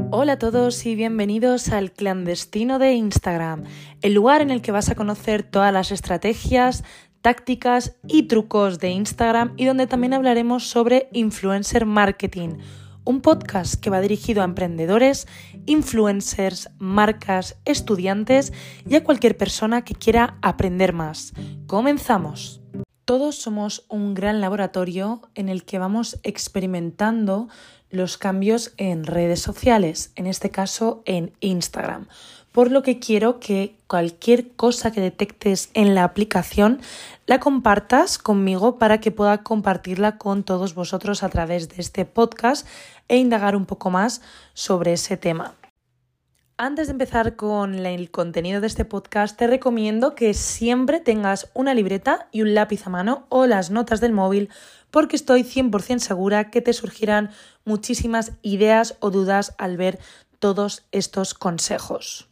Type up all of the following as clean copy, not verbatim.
Hola a todos y bienvenidos al Clandestino de Instagram, el lugar en el que vas a conocer todas las estrategias, tácticas y trucos de Instagram y donde también hablaremos sobre influencer marketing, un podcast que va dirigido a emprendedores, influencers, marcas, estudiantes y a cualquier persona que quiera aprender más. ¡Comenzamos! Todos somos un gran laboratorio en el que vamos experimentando los cambios en redes sociales, en este caso en Instagram, por lo que quiero que cualquier cosa que detectes en la aplicación la compartas conmigo para que pueda compartirla con todos vosotros a través de este podcast e indagar un poco más sobre ese tema. Antes de empezar con el contenido de este podcast, te recomiendo que siempre tengas una libreta y un lápiz a mano o las notas del móvil, porque estoy 100% segura que te surgirán muchísimas ideas o dudas al ver todos estos consejos.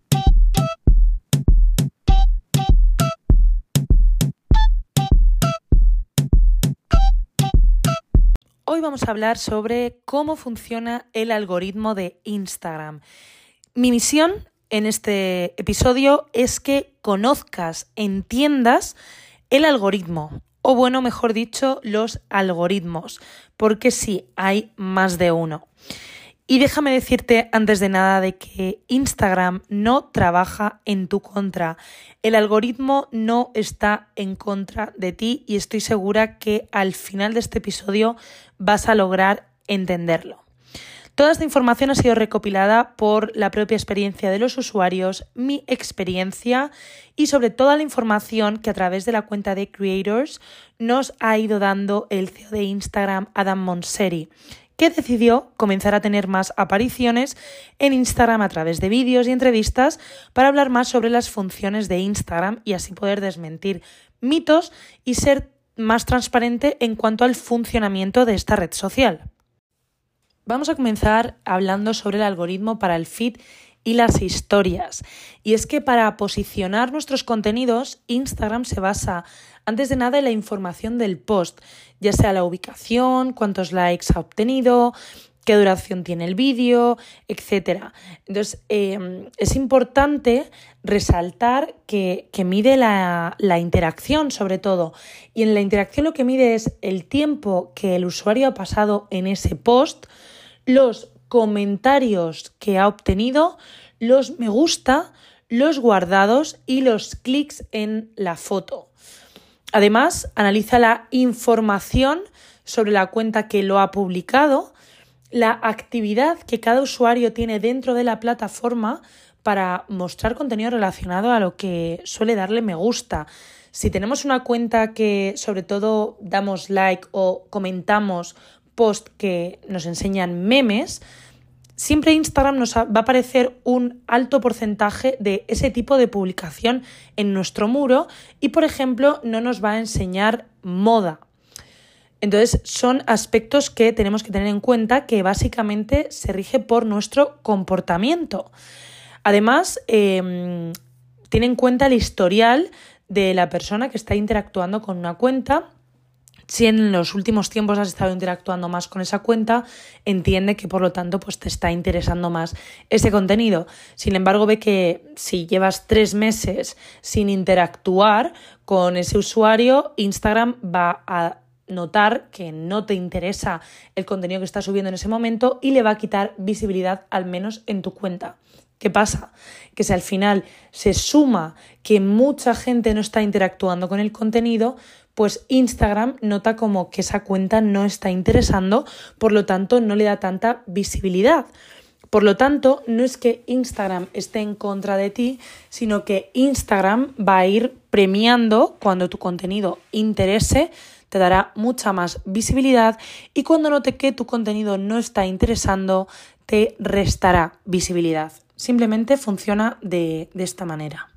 Hoy vamos a hablar sobre cómo funciona el algoritmo de Instagram. Mi misión en este episodio es que conozcas, entiendas el algoritmo, o bueno, mejor dicho, los algoritmos, porque sí, hay más de uno. Y déjame decirte antes de nada de que Instagram no trabaja en tu contra. El algoritmo no está en contra de ti y estoy segura que al final de este episodio vas a lograr entenderlo. Toda esta información ha sido recopilada por la propia experiencia de los usuarios, mi experiencia y sobre toda la información que a través de la cuenta de Creators nos ha ido dando el CEO de Instagram, Adam Mosseri, que decidió comenzar a tener más apariciones en Instagram a través de vídeos y entrevistas para hablar más sobre las funciones de Instagram y así poder desmentir mitos y ser más transparente en cuanto al funcionamiento de esta red social. Vamos a comenzar hablando sobre el algoritmo para el feed y las historias. Y es que para posicionar nuestros contenidos, Instagram se basa, antes de nada, en la información del post, ya sea la ubicación, cuántos likes ha obtenido, qué duración tiene el vídeo, etc. Entonces, es importante resaltar que mide la interacción, sobre todo. Y en la interacción lo que mide es el tiempo que el usuario ha pasado en ese post, los comentarios que ha obtenido, los me gusta, los guardados y los clics en la foto. Además, analiza la información sobre la cuenta que lo ha publicado, la actividad que cada usuario tiene dentro de la plataforma para mostrar contenido relacionado a lo que suele darle me gusta. Si tenemos una cuenta que sobre todo damos like o comentamos post que nos enseñan memes, siempre Instagram nos va a aparecer un alto porcentaje de ese tipo de publicación en nuestro muro y, por ejemplo, no nos va a enseñar moda. Entonces, son aspectos que tenemos que tener en cuenta que básicamente se rige por nuestro comportamiento. Además, tiene en cuenta el historial de la persona que está interactuando con una cuenta. Si en los últimos tiempos has estado interactuando más con esa cuenta, entiende que por lo tanto pues te está interesando más ese contenido. Sin embargo, ve que si llevas 3 meses sin interactuar con ese usuario, Instagram va a notar que no te interesa el contenido que estás subiendo en ese momento y le va a quitar visibilidad, al menos en tu cuenta. ¿Qué pasa? Que si al final se suma que mucha gente no está interactuando con el contenido, pues Instagram nota como que esa cuenta no está interesando, por lo tanto no le da tanta visibilidad. Por lo tanto, no es que Instagram esté en contra de ti, sino que Instagram va a ir premiando cuando tu contenido interese, te dará mucha más visibilidad y cuando note que tu contenido no está interesando, te restará visibilidad. Simplemente funciona de esta manera.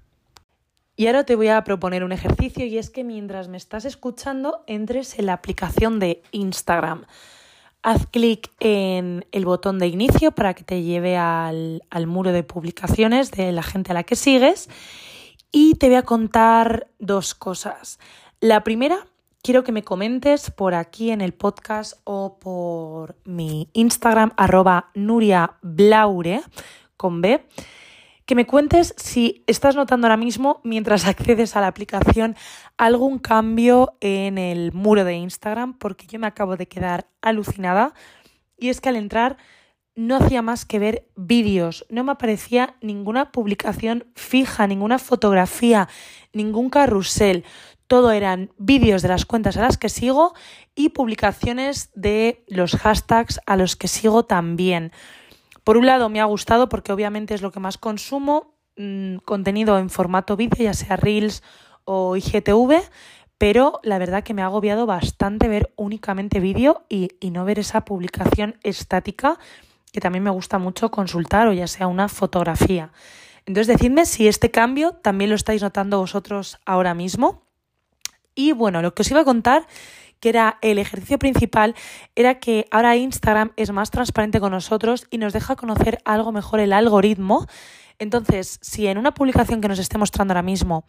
Y ahora te voy a proponer un ejercicio y es que mientras me estás escuchando entres en la aplicación de Instagram. Haz clic en el botón de inicio para que te lleve al muro de publicaciones de la gente a la que sigues y te voy a contar 2 cosas. La primera, quiero que me comentes por aquí en el podcast o por mi Instagram, @nuriablaure, con B, que me cuentes si estás notando ahora mismo, mientras accedes a la aplicación, algún cambio en el muro de Instagram, porque yo me acabo de quedar alucinada. Y es que al entrar no hacía más que ver vídeos, no me aparecía ninguna publicación fija, ninguna fotografía, ningún carrusel. Todo eran vídeos de las cuentas a las que sigo y publicaciones de los hashtags a los que sigo también. Por un lado me ha gustado porque obviamente es lo que más consumo, contenido en formato vídeo, ya sea Reels o IGTV, pero la verdad que me ha agobiado bastante ver únicamente vídeo y no ver esa publicación estática que también me gusta mucho consultar, o ya sea una fotografía. Entonces decidme si este cambio también lo estáis notando vosotros ahora mismo. Y bueno, lo que os iba a contar, que era el ejercicio principal, era que ahora Instagram es más transparente con nosotros y nos deja conocer algo mejor el algoritmo. Entonces, si en una publicación que nos esté mostrando ahora mismo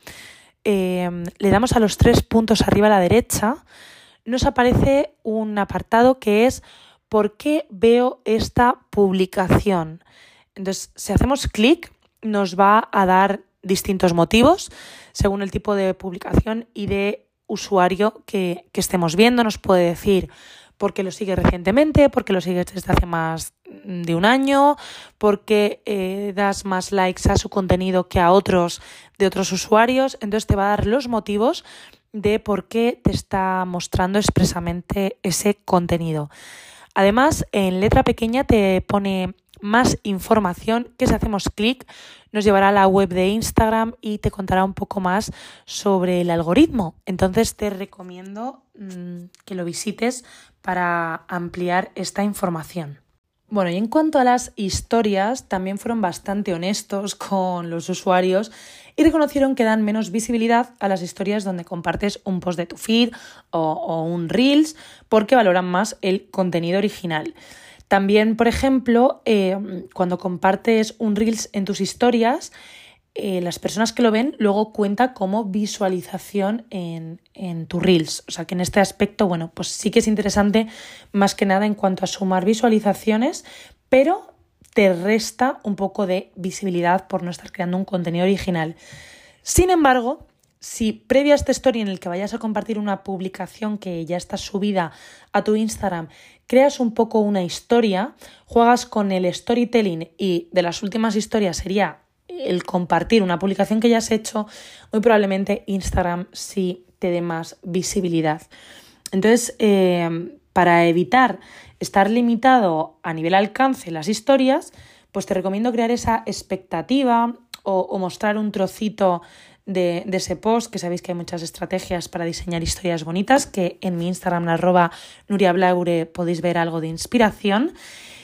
le damos a los 3 puntos arriba a la derecha, nos aparece un apartado que es ¿por qué veo esta publicación? Entonces, si hacemos clic, nos va a dar distintos motivos según el tipo de publicación y de usuario que estemos viendo. Nos puede decir por qué lo sigue recientemente, por qué lo sigues desde hace más de un año, por qué das más likes a su contenido que a otros de otros usuarios. Entonces te va a dar los motivos de por qué te está mostrando expresamente ese contenido. Además, en letra pequeña te pone más información que si hacemos clic nos llevará a la web de Instagram y te contará un poco más sobre el algoritmo. Entonces te recomiendo que lo visites para ampliar esta información. Bueno, y en cuanto a las historias, también fueron bastante honestos con los usuarios y reconocieron que dan menos visibilidad a las historias donde compartes un post de tu feed o un Reels, porque valoran más el contenido original. También, por ejemplo, cuando compartes un Reels en tus historias, las personas que lo ven luego cuenta como visualización en tu Reels. O sea que en este aspecto, bueno, pues sí que es interesante más que nada en cuanto a sumar visualizaciones, pero te resta un poco de visibilidad por no estar creando un contenido original. Sin embargo, si previo a esta story en el que vayas a compartir una publicación que ya está subida a tu Instagram, creas un poco una historia, juegas con el storytelling y de las últimas historias sería el compartir una publicación que ya has hecho, muy probablemente Instagram sí te dé más visibilidad. Entonces, para evitar estar limitado a nivel alcance en las historias, pues te recomiendo crear esa expectativa o mostrar un trocito de ese post, que sabéis que hay muchas estrategias para diseñar historias bonitas, que en mi Instagram, @nuriablaure, podéis ver algo de inspiración.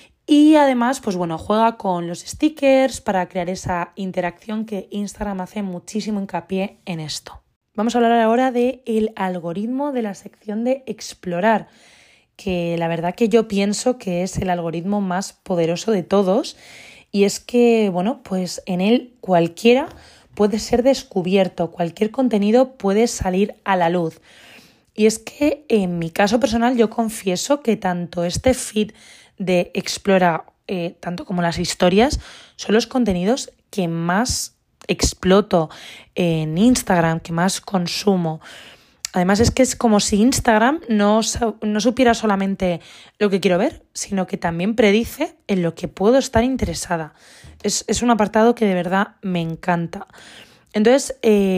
Y además, pues bueno, juega con los stickers para crear esa interacción que Instagram hace muchísimo hincapié en esto. Vamos a hablar ahora del algoritmo de la sección de explorar, que la verdad que yo pienso que es el algoritmo más poderoso de todos, y es que, bueno, pues en él cualquiera puede ser descubierto, cualquier contenido puede salir a la luz. Y es que en mi caso personal yo confieso que tanto este feed de Explora, tanto como las historias, son los contenidos que más exploto en Instagram, que más consumo. Además es que es como si Instagram no supiera solamente lo que quiero ver, sino que también predice en lo que puedo estar interesada. Es un apartado que de verdad me encanta. Entonces,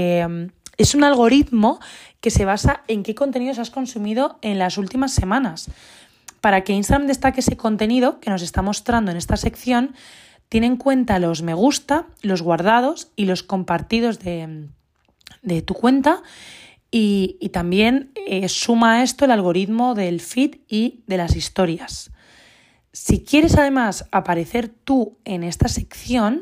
es un algoritmo que se basa en qué contenidos has consumido en las últimas semanas. Para que Instagram destaque ese contenido que nos está mostrando en esta sección, tiene en cuenta los me gusta, los guardados y los compartidos de tu cuenta, y también suma a esto el algoritmo del feed y de las historias. Si quieres además aparecer tú en esta sección,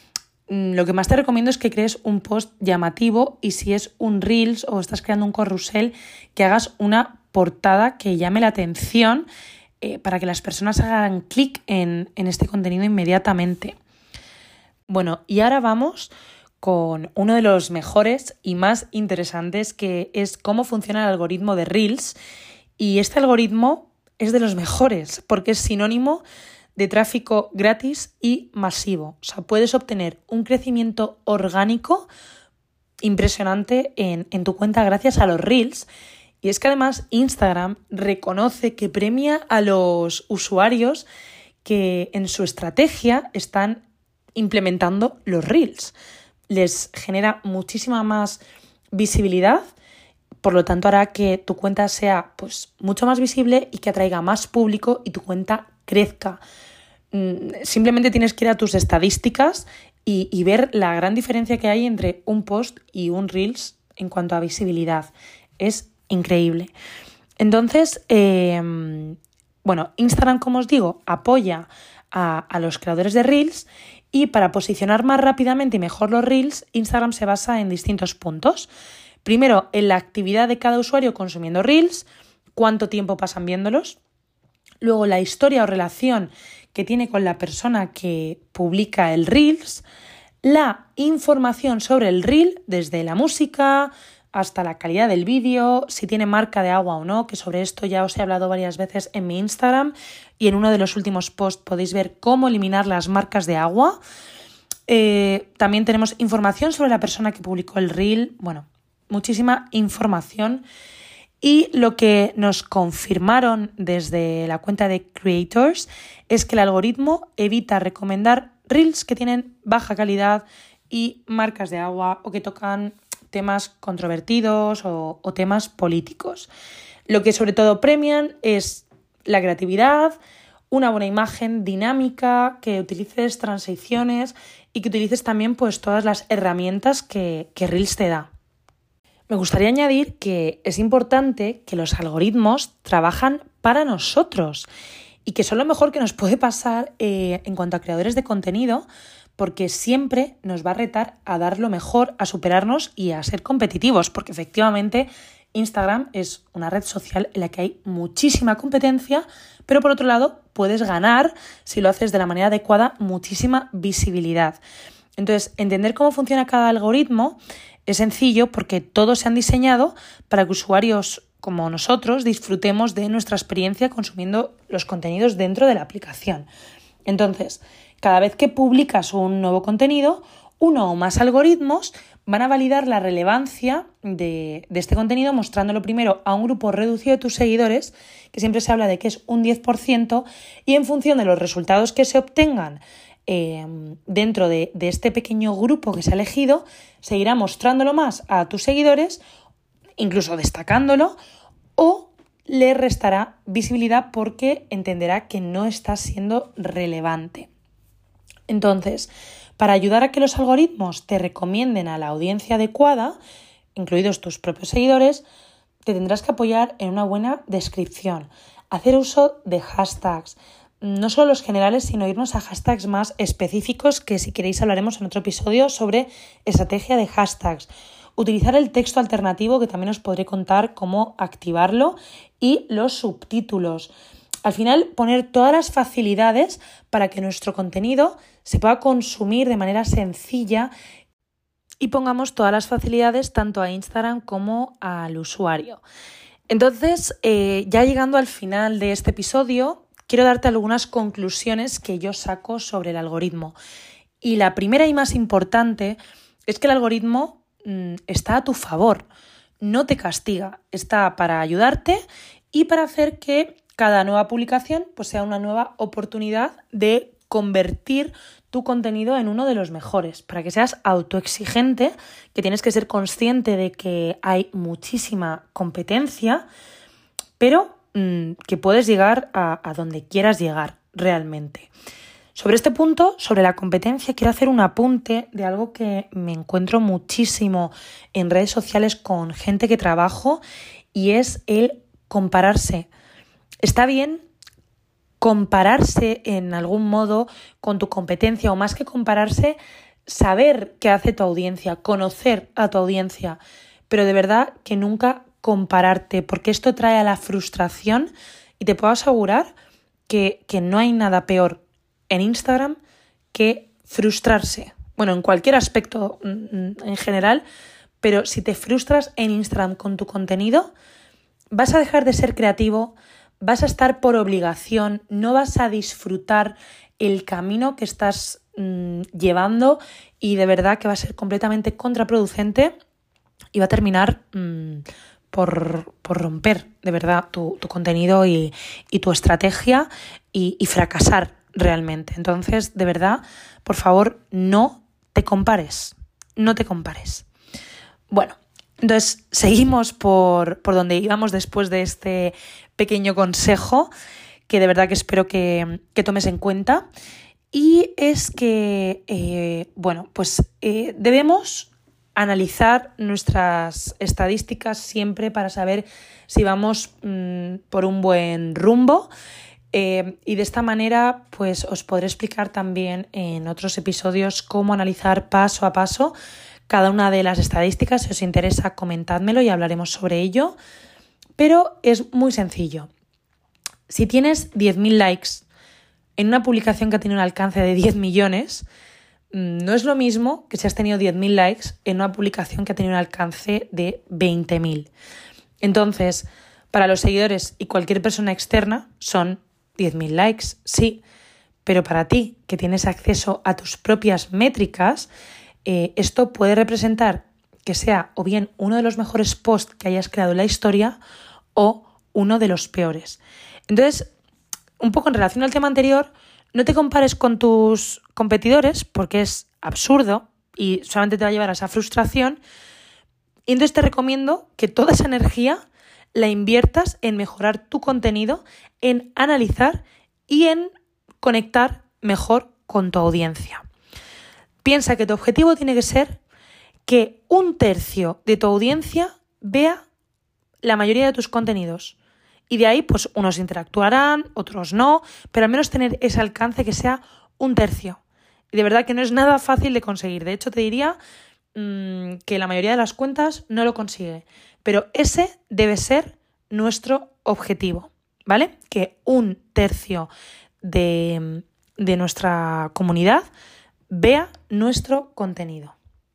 lo que más te recomiendo es que crees un post llamativo, y si es un Reels o estás creando un carrusel, que hagas una portada que llame la atención para que las personas hagan clic en este contenido inmediatamente. Bueno, y ahora vamos con uno de los mejores y más interesantes, que es cómo funciona el algoritmo de Reels. Y este algoritmo es de los mejores porque es sinónimo de tráfico gratis y masivo. O sea, puedes obtener un crecimiento orgánico impresionante en tu cuenta gracias a los Reels. Y es que además Instagram reconoce que premia a los usuarios que en su estrategia están implementando los Reels. Les genera muchísima más visibilidad, por lo tanto hará que tu cuenta sea pues mucho más visible y que atraiga más público y tu cuenta crezca. Simplemente tienes que ir a tus estadísticas y ver la gran diferencia que hay entre un post y un Reels en cuanto a visibilidad. Es increíble. Entonces, Instagram, como os digo, apoya a los creadores de Reels, y para posicionar más rápidamente y mejor los Reels, Instagram se basa en distintos puntos. Primero, en la actividad de cada usuario consumiendo Reels, cuánto tiempo pasan viéndolos. Luego, la historia o relación que tiene con la persona que publica el Reels. La información sobre el Reel, desde la música hasta la calidad del vídeo, si tiene marca de agua o no, que sobre esto ya os he hablado varias veces en mi Instagram, y en uno de los últimos posts podéis ver cómo eliminar las marcas de agua. También tenemos información sobre la persona que publicó el Reel, muchísima información. Y lo que nos confirmaron desde la cuenta de Creators es que el algoritmo evita recomendar Reels que tienen baja calidad y marcas de agua o que tocan temas controvertidos o temas políticos. Lo que sobre todo premian es la creatividad, una buena imagen dinámica, que utilices transiciones y que utilices también pues todas las herramientas que Reels te da. Me gustaría añadir que es importante que los algoritmos trabajan para nosotros y que son lo mejor que nos puede pasar en cuanto a creadores de contenido, porque siempre nos va a retar a dar lo mejor, a superarnos y a ser competitivos, porque efectivamente Instagram es una red social en la que hay muchísima competencia, pero por otro lado puedes ganar, si lo haces de la manera adecuada, muchísima visibilidad. Entonces, entender cómo funciona cada algoritmo es sencillo porque todos se han diseñado para que usuarios como nosotros disfrutemos de nuestra experiencia consumiendo los contenidos dentro de la aplicación. Entonces, cada vez que publicas un nuevo contenido, uno o más algoritmos van a validar la relevancia de este contenido, mostrándolo primero a un grupo reducido de tus seguidores, que siempre se habla de que es un 10%, y en función de los resultados que se obtengan dentro de este pequeño grupo que se ha elegido, seguirá mostrándolo más a tus seguidores, incluso destacándolo, o le restará visibilidad porque entenderá que no está siendo relevante. Entonces, para ayudar a que los algoritmos te recomienden a la audiencia adecuada, incluidos tus propios seguidores, te tendrás que apoyar en una buena descripción, hacer uso de hashtags, no solo los generales, sino irnos a hashtags más específicos, que si queréis hablaremos en otro episodio sobre estrategia de hashtags. Utilizar el texto alternativo, que también os podré contar cómo activarlo, y los subtítulos. Al final, poner todas las facilidades para que nuestro contenido se pueda consumir de manera sencilla y pongamos todas las facilidades tanto a Instagram como al usuario. Entonces, ya llegando al final de este episodio, quiero darte algunas conclusiones que yo saco sobre el algoritmo. Y la primera y más importante es que el algoritmo está a tu favor, no te castiga, está para ayudarte y para hacer que cada nueva publicación pues, sea una nueva oportunidad de convertir tu contenido en uno de los mejores, para que seas autoexigente, que tienes que ser consciente de que hay muchísima competencia, pero que puedes llegar a donde quieras llegar realmente. Sobre este punto, sobre la competencia, quiero hacer un apunte de algo que me encuentro muchísimo en redes sociales con gente que trabajo, y es el compararse. Está bien compararse en algún modo con tu competencia, o más que compararse, saber qué hace tu audiencia, conocer a tu audiencia, pero de verdad que nunca compararte, porque esto trae a la frustración, y te puedo asegurar que no hay nada peor en Instagram que frustrarse. bueno, en cualquier aspecto en general, pero si te frustras en Instagram con tu contenido, vas a dejar de ser creativo, vas a estar por obligación, no vas a disfrutar el camino que estás llevando y de verdad que va a ser completamente contraproducente y va a terminar por romper de verdad tu contenido y tu estrategia y fracasar realmente. Entonces, de verdad, por favor, no te compares. Bueno, entonces seguimos por donde íbamos después de este pequeño consejo que de verdad que espero que tomes en cuenta. Y es que, debemos analizar nuestras estadísticas siempre para saber si vamos por un buen rumbo. Y de esta manera pues os podré explicar también en otros episodios cómo analizar paso a paso cada una de las estadísticas. Si os interesa, comentádmelo y hablaremos sobre ello. Pero es muy sencillo. Si tienes 10.000 likes en una publicación que ha tenido un alcance de 10 millones, no es lo mismo que si has tenido 10.000 likes en una publicación que ha tenido un alcance de 20.000. Entonces, para los seguidores y cualquier persona externa son 10.000 likes, sí, pero para ti, que tienes acceso a tus propias métricas, esto puede representar que sea o bien uno de los mejores posts que hayas creado en la historia o uno de los peores. Entonces, un poco en relación al tema anterior, no te compares con tus competidores porque es absurdo y solamente te va a llevar a esa frustración. Y entonces te recomiendo que toda esa energía la inviertas en mejorar tu contenido, en analizar y en conectar mejor con tu audiencia. Piensa que tu objetivo tiene que ser que 1/3 de tu audiencia vea la mayoría de tus contenidos. Y de ahí, pues unos interactuarán, otros no, pero al menos tener ese alcance que sea 1/3. Y de verdad que no es nada fácil de conseguir. De hecho, te diría que la mayoría de las cuentas no lo consigue. Pero ese debe ser nuestro objetivo, ¿vale? Que 1/3 de nuestra comunidad vea nuestro contenido.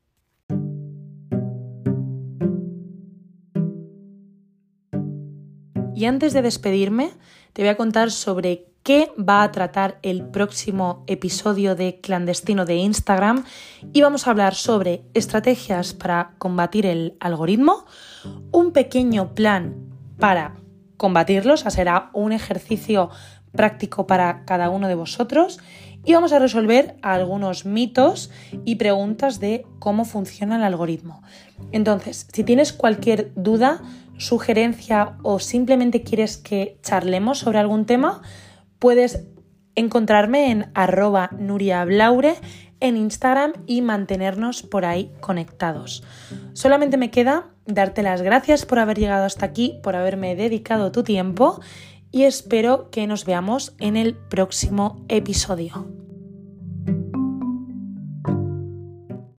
Y antes de despedirme, te voy a contar sobre qué va a tratar el próximo episodio de Clandestino de Instagram y vamos a hablar sobre estrategias para combatir el algoritmo, un pequeño plan para combatirlo, o sea, será un ejercicio práctico para cada uno de vosotros y vamos a resolver algunos mitos y preguntas de cómo funciona el algoritmo. Entonces, si tienes cualquier duda, sugerencia o simplemente quieres que charlemos sobre algún tema, puedes encontrarme en @nuriablaure en Instagram y mantenernos por ahí conectados. Solamente me queda darte las gracias por haber llegado hasta aquí, por haberme dedicado tu tiempo y espero que nos veamos en el próximo episodio.